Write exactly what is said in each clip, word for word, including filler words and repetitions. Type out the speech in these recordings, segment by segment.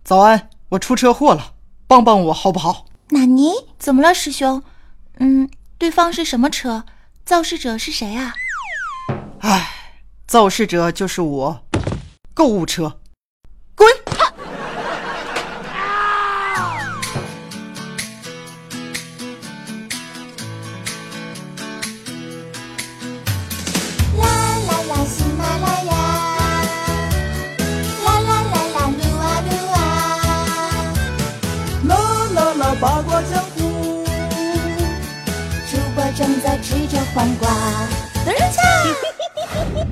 早安，我出车祸了，帮帮我好不好？ 纳尼？怎么了师兄？嗯，对方是什么车？肇事者是谁啊？ 唉，肇事者就是我，购物车，滚！ 八卦江湖，主播正在吃着黄瓜。等人家。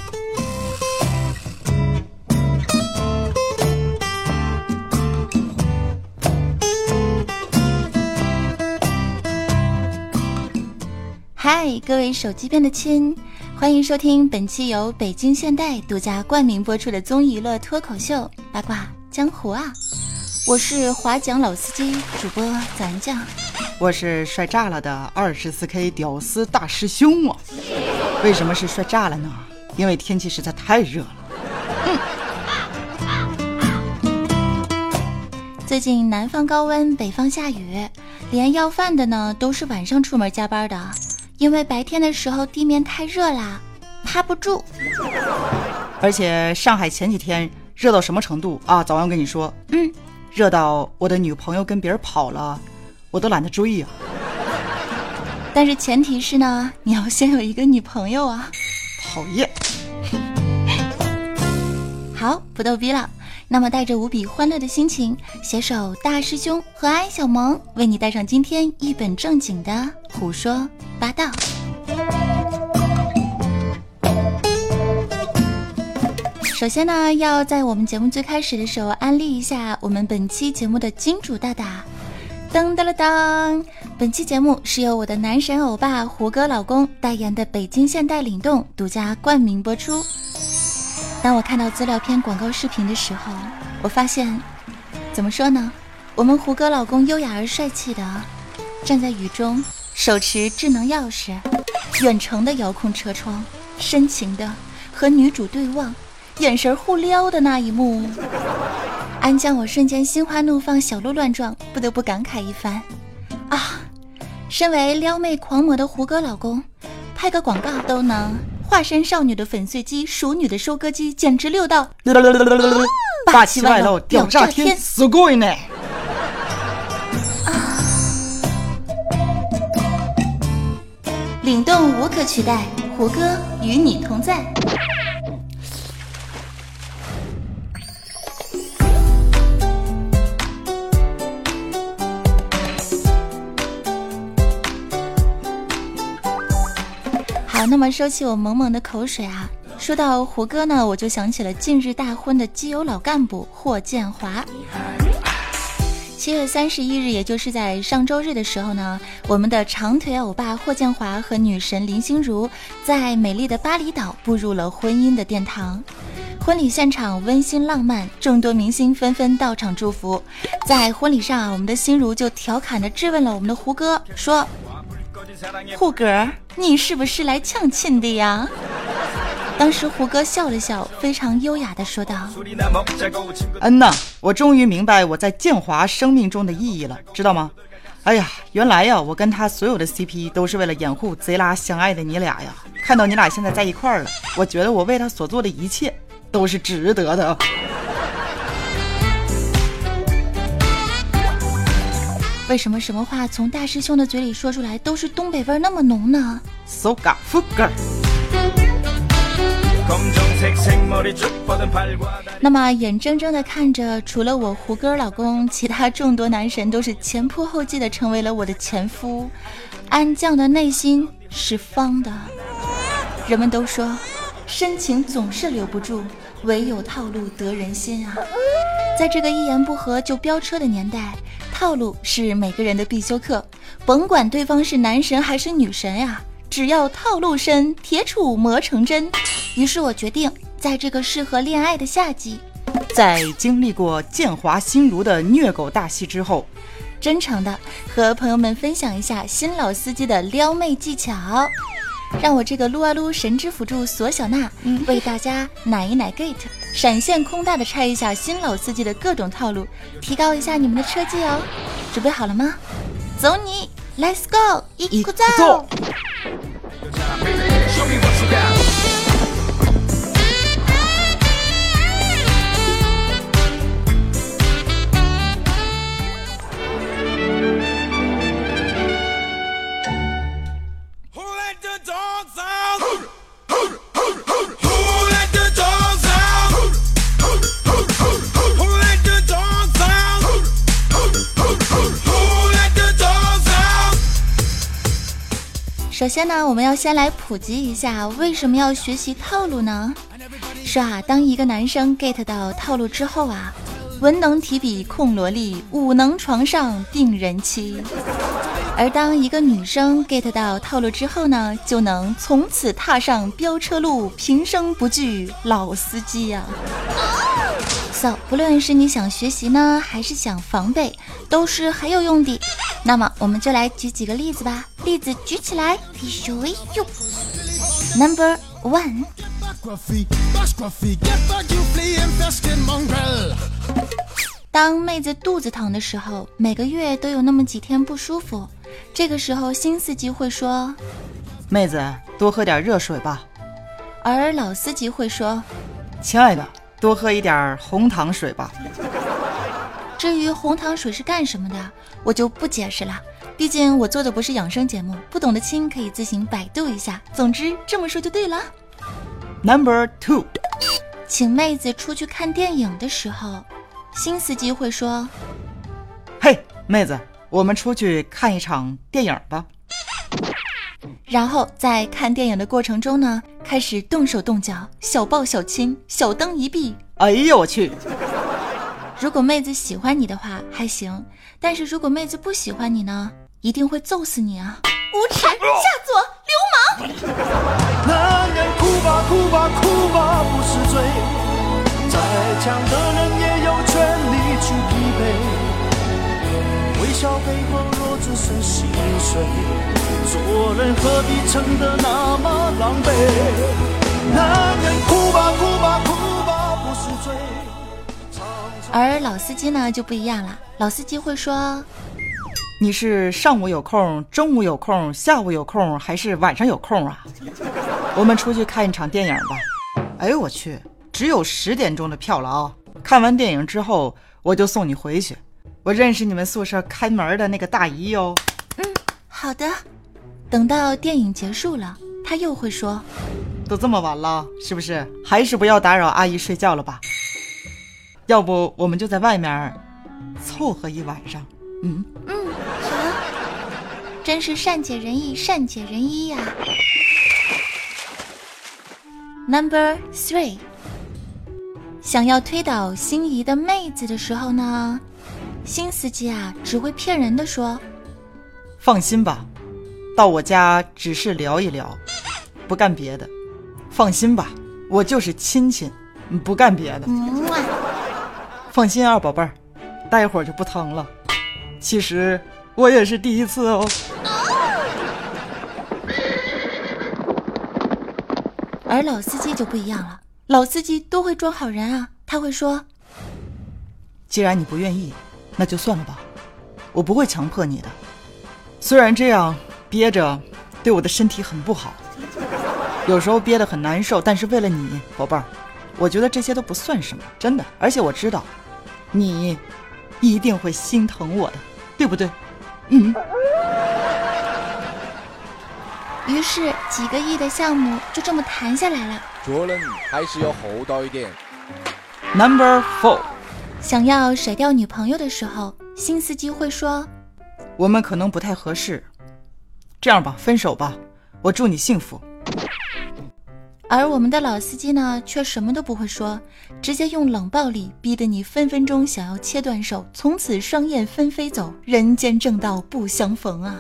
嗨，各位手机边的亲，欢迎收听本期由北京现代独家冠名播出的综艺娱乐脱口秀《八卦江湖》啊。我是华奖老司机主播咱酱， 我是帅炸了的 二十四 K 屌丝大师兄啊！为什么是帅炸了呢？因为天气实在太热了。 嗯、最近南方高温，北方下雨，连要饭的呢都是晚上出门加班的，因为白天的时候地面太热啦，趴不住。 而且上海前几天热到什么程度啊？早上跟你说，嗯。热到我的女朋友跟别人跑了，我都懒得追呀、 啊。但是前提是呢，你要先有一个女朋友啊。 讨厌。 好，不逗逼了。那么带着无比欢乐的心情，携手大师兄和安小萌，为你带上今天一本正经的胡说八道。首先呢，要在我们节目最开始的时候安利一下我们本期节目的金主大大。噔噔了噔，本期节目是由我的男神欧巴胡歌老公代言的北京现代领动独家冠名播出。当我看到资料片广告视频的时候，我发现，怎么说呢，我们胡歌老公优雅而帅气的站在雨中，手持智能钥匙，远程的遥控车窗，深情的和女主对望，眼神互撩的那一幕，安将我瞬间心花怒放，小鹿乱撞，不得不感慨一番啊！身为撩妹狂魔的胡歌老公，拍个广告都能化身少女的粉碎机，熟女的收割机，简直六道霸气外露，屌炸天，すごいね！ 啊！领动无可取代，胡歌与你同在。好，那么收起我萌萌的口水啊，说到胡歌呢，我就想起了近日大婚的基友老干部霍建华。七月三十一日，也就是在上周日的时候呢，我们的长腿欧巴霍建华和女神林心如在美丽的巴厘岛步入了婚姻的殿堂。婚礼现场温馨浪漫，众多明星纷纷到场祝福。在婚礼上啊，我们的心如就调侃地质问了我们的胡歌，说：胡歌，你是不是来抢亲的呀？当时胡歌笑了笑，非常优雅地说道： 嗯呐，我终于明白我在建华生命中的意义了，知道吗？哎呀，原来呀，我跟他所有的 C P 都是为了掩护贼拉相爱的你俩呀。看到你俩现在在一块儿了，我觉得我为他所做的一切都是值得的。 为什么什么话从大师兄的嘴里说出来都是东北味那么浓呢？ So ga f u g e r。 那么眼睁睁地看着除了我胡歌老公，其他众多男神都是前仆后继地成为了我的前夫，安将的内心是方的。人们都说深情总是留不住，唯有套路得人心啊。在这个一言不合就飙车的年代，套路是每个人的必修课，甭管对方是男神还是女神呀、啊，只要套路深，铁杵磨成针。于是我决定在这个适合恋爱的夏季， 在经历过建华心如的虐狗大戏之后， 真诚的和朋友们分享一下新老司机的撩妹技巧。 让我这个撸啊撸神之辅助索小娜、嗯、为大家奶一奶 gate， 闪现空大的拆一下新老司机的各种套路，提高一下你们的车技哦。准备好了吗？走你 ，Let's go， 一鼓奏。首先呢，我们要先来普及一下为什么要学习套路呢？说啊，当一个男生 get 到套路之后啊，文能提笔控萝莉，武能床上定人妻。而当一个女生 get 到套路之后呢，就能从此踏上飙车路，平生不惧老司机呀、啊。So， 不论是你想学习呢，还是想防备，都是很有用的。那么我们就来举几个例子吧，例子举起来 Number one， 当妹子肚子疼的时候，每个月都有那么几天不舒服，这个时候新司机会说， 妹子多喝点热水吧， 而老司机会说， 亲爱的多喝一点红糖水吧。 至于红糖水是干什么的，我就不解释了，毕竟我做的不是养生节目，不懂的亲可以自行百度一下。总之这么说就对了。 Number two， 请妹子出去看电影的时候，新司机会说， 嘿妹子，我们出去看一场电影吧。 然后在看电影的过程中呢，开始动手动脚，小抱小亲，小灯一闭。 哎呦我去！ 如果妹子喜欢你的话还行，但是如果妹子不喜欢你呢，一定会揍死你啊！无耻下作流氓！ 男人哭吧哭吧哭吧不是罪，再强的人也有权利去疲惫，微笑背后若只剩心碎，做人何必撑得那么狼狈？男人哭吧哭吧哭吧不是罪。 而老司机呢就不一样了，老司机会说， 你是上午有空，中午有空，下午有空，还是晚上有空啊？我们出去看一场电影吧。哎呦我去，只有十点钟的票了啊！看完电影之后我就送你回去，我认识你们宿舍开门的那个大姨哟。 嗯，好的。等到电影结束了，他又会说， 都这么晚了，是不是还是不要打扰阿姨睡觉了吧？要不我们就在外面凑合一晚上。嗯嗯，好，真是善解人意，善解人意呀、啊。Number three， 想要推倒心仪的妹子的时候呢，新司机啊只会骗人的说， 放心吧，到我家只是聊一聊，不干别的。放心吧，我就是亲亲，不干别的。 嗯啊放心啊，宝贝儿，待会儿就不疼了。其实我也是第一次哦。 而老司机就不一样了，老司机都会装好人啊，他会说， 既然你不愿意，那就算了吧，我不会强迫你的。虽然这样憋着对我的身体很不好，有时候憋得很难受，但是为了你，宝贝儿，我觉得这些都不算什么，真的。而且我知道你一定会心疼我的，对不对？嗯。 于是几个亿的项目就这么谈下来了。 做人还是要厚道一点。 Number four， 想要甩掉女朋友的时候，新司机会说， 我们可能不太合适，这样吧，分手吧，我祝你幸福。 而我们的老司机呢，却什么都不会说，直接用冷暴力逼得你分分钟想要切断手，从此双燕分飞走，人间正道不相逢啊！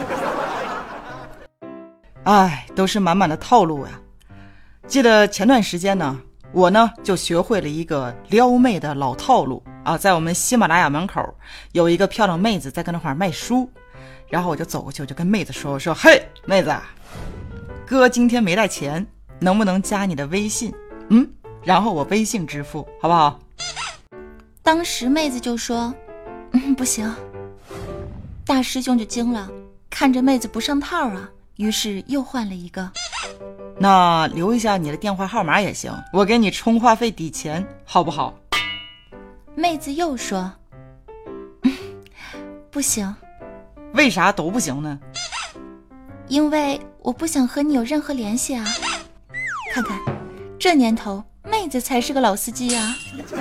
哎，都是满满的套路呀。记得前段时间呢，我呢就学会了一个撩妹的老套路啊，在我们喜马拉雅门口有一个漂亮妹子在跟那块卖书，然后我就走过去，我就跟妹子说，我说嘿妹子， 哥今天没带钱，能不能加你的微信？嗯，然后我微信支付，好不好？ 当时妹子就说，嗯，不行。大师兄就惊了，看着妹子不上套啊，于是又换了一个。 那留一下你的电话号码也行，我给你充话费抵钱，好不好？ 妹子又说，嗯，不行。 为啥都不行呢？ 因为我不想和你有任何联系啊。看看这年头，妹子才是个老司机啊。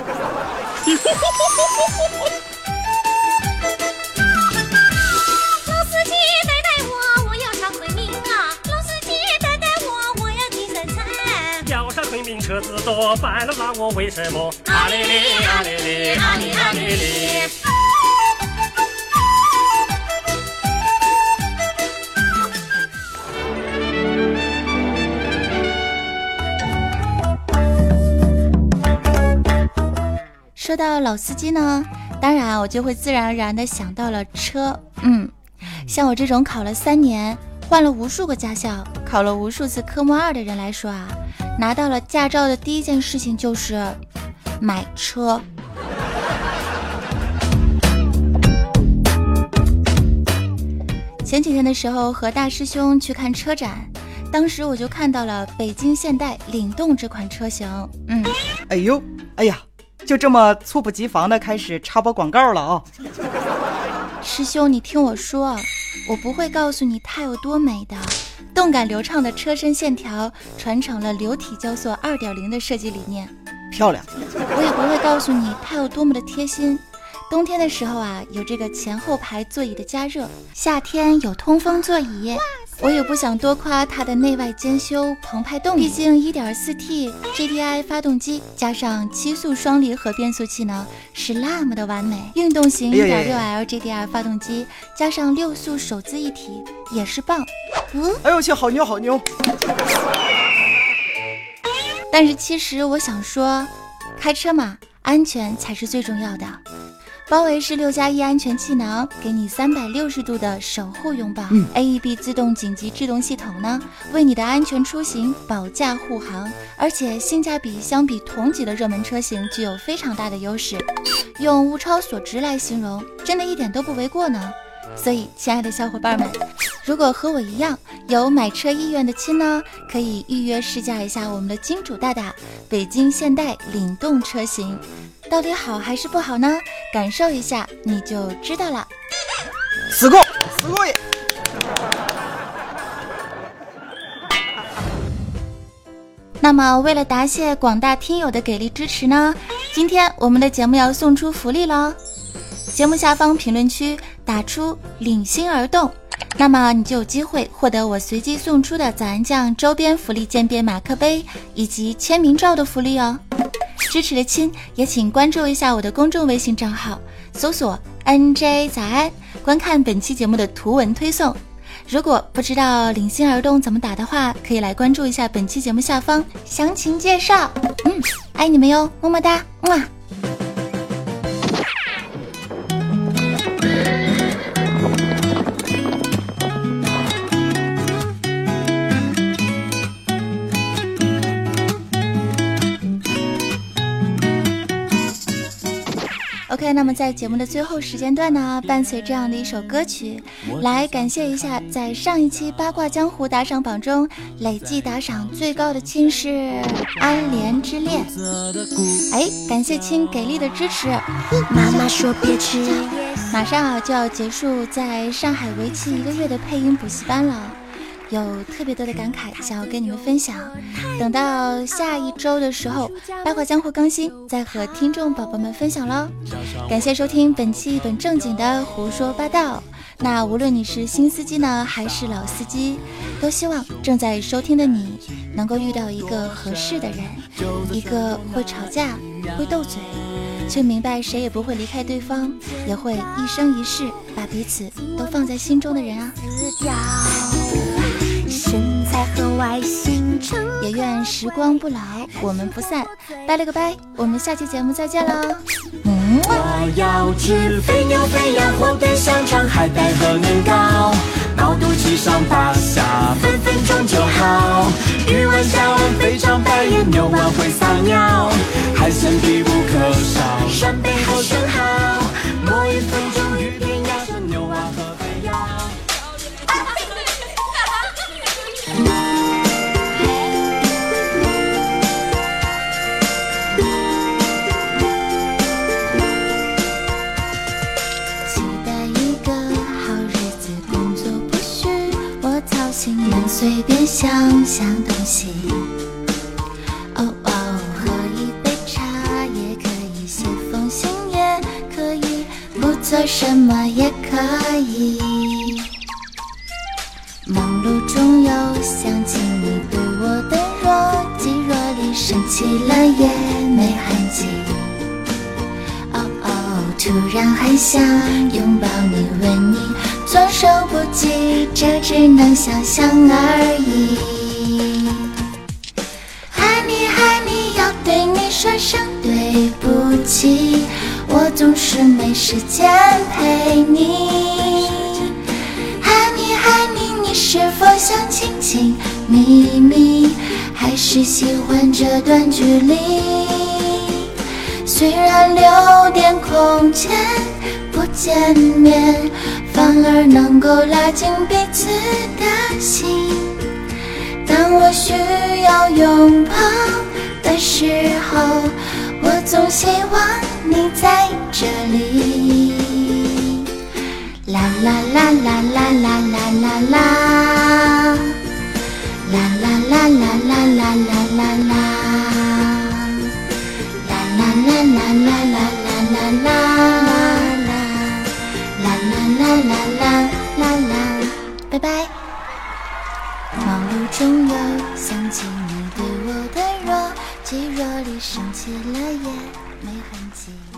老司机带带我，我要上昆明啊！老司机带带我，我要进三餐。 要上昆明车子多，白了让我为什么？啊哩哩啊哩哩啊哩啊哩哩。 说到老司机呢，当然我就会自然而然的想到了车。嗯，像我这种考了三年，换了无数个驾校，考了无数次科目二的人来说啊，拿到了驾照的第一件事情就是买车。前几天的时候和大师兄去看车展，当时我就看到了北京现代领动这款车型。嗯， 哎呦，哎呀，就这么猝不及防的开始插播广告了啊！ 师兄，你听我说，我不会告诉你它有多美的，动感流畅的车身线条传承了流体交错 二点零 的设计理念， 漂亮。 我也不会告诉你它有多么的贴心，冬天的时候啊，有这个前后排座椅的加热，夏天有通风座椅。我也不想多夸它的内外兼修澎湃动力，毕竟 一点四 T G T I 发动机加上七速双离合变速器呢，是那么的完美。运动型 一点六 L G D R 发动机加上六速手自一体也是棒。嗯， 哎呦去，好牛好牛！ 但是其实我想说，开车嘛，安全才是最重要的。包围式六加一安全气囊，给你三百六十度的守护拥抱。嗯、A E B 自动紧急制动系统呢，为你的安全出行保驾护航，而且性价比相比同级的热门车型具有非常大的优势，用物超所值来形容，真的一点都不为过呢。所以，亲爱的小伙伴们，如果和我一样有买车意愿的亲呢，可以预约试驾一下我们的金主大大北京现代领动车型。到底好还是不好呢？感受一下你就知道了。 死过，死过也。 那么，为了答谢广大听友的给力支持呢，今天我们的节目要送出福利喽！节目下方评论区打出“领心而动”，那么你就有机会获得我随机送出的早安酱周边福利渐变马克杯以及签名照的福利哦。支持的亲也请关注一下我的公众微信账号，搜索 N J 早安，观看本期节目的图文推送。如果不知道领心而动怎么打的话，可以来关注一下本期节目下方详情介绍。嗯，爱你们哟，么么哒，么。OK， 那么在节目的最后时间段呢，伴随这样的一首歌曲，来感谢一下在上一期八卦江湖打赏榜中累计打赏最高的亲是安莲之恋。哎，感谢亲给力的支持。 妈妈说别吃， 马上啊就要结束在上海为期一个月的配音补习班了。有特别多的感慨想要跟你们分享，等到下一周的时候八卦江湖更新再和听众宝宝们分享咯。感谢收听本期一本正经的胡说八道，那无论你是新司机呢还是老司机，都希望正在收听的你能够遇到一个合适的人，一个会吵架会斗嘴却明白谁也不会离开对方，也会一生一世把彼此都放在心中的人啊。 身材和外形成， 也愿时光不老，我们不散。拜了个拜，我们下期节目再见了。嗯， 我要吃飞牛飞羊，火腿香肠，海带和年糕。 高度七上八下，分分钟就好。鱼丸虾丸肥肠白眼牛丸会撒尿，海鲜必不可少，扇贝好生蚝，磨一分钟鱼片鸭舌牛蛙和肥腰。 能随便想想东西，哦哦，喝一杯茶也可以，写封信也可以，不做什么也可以。忙碌中又想起你对我的若即若离，生气了也没痕迹。哦哦，突然很想拥抱你，吻你。措手不及，这只能想象而已。Honey Honey， 要对你说声对不起，我总是没时间陪你。Honey Honey， 你是否想亲亲密密，还是喜欢这段距离？虽然留点空间不见面，反而能够拉近彼此的心。当我需要拥抱的时候，我总希望你在这里。啦啦啦啦啦啦啦啦啦，啦啦啦啦啦啦啦啦啦，啦啦啦啦啦啦啦啦啦。啦啦啦啦啦，拜拜。忙碌中又想起你对我的若即若离，生气了也没痕迹。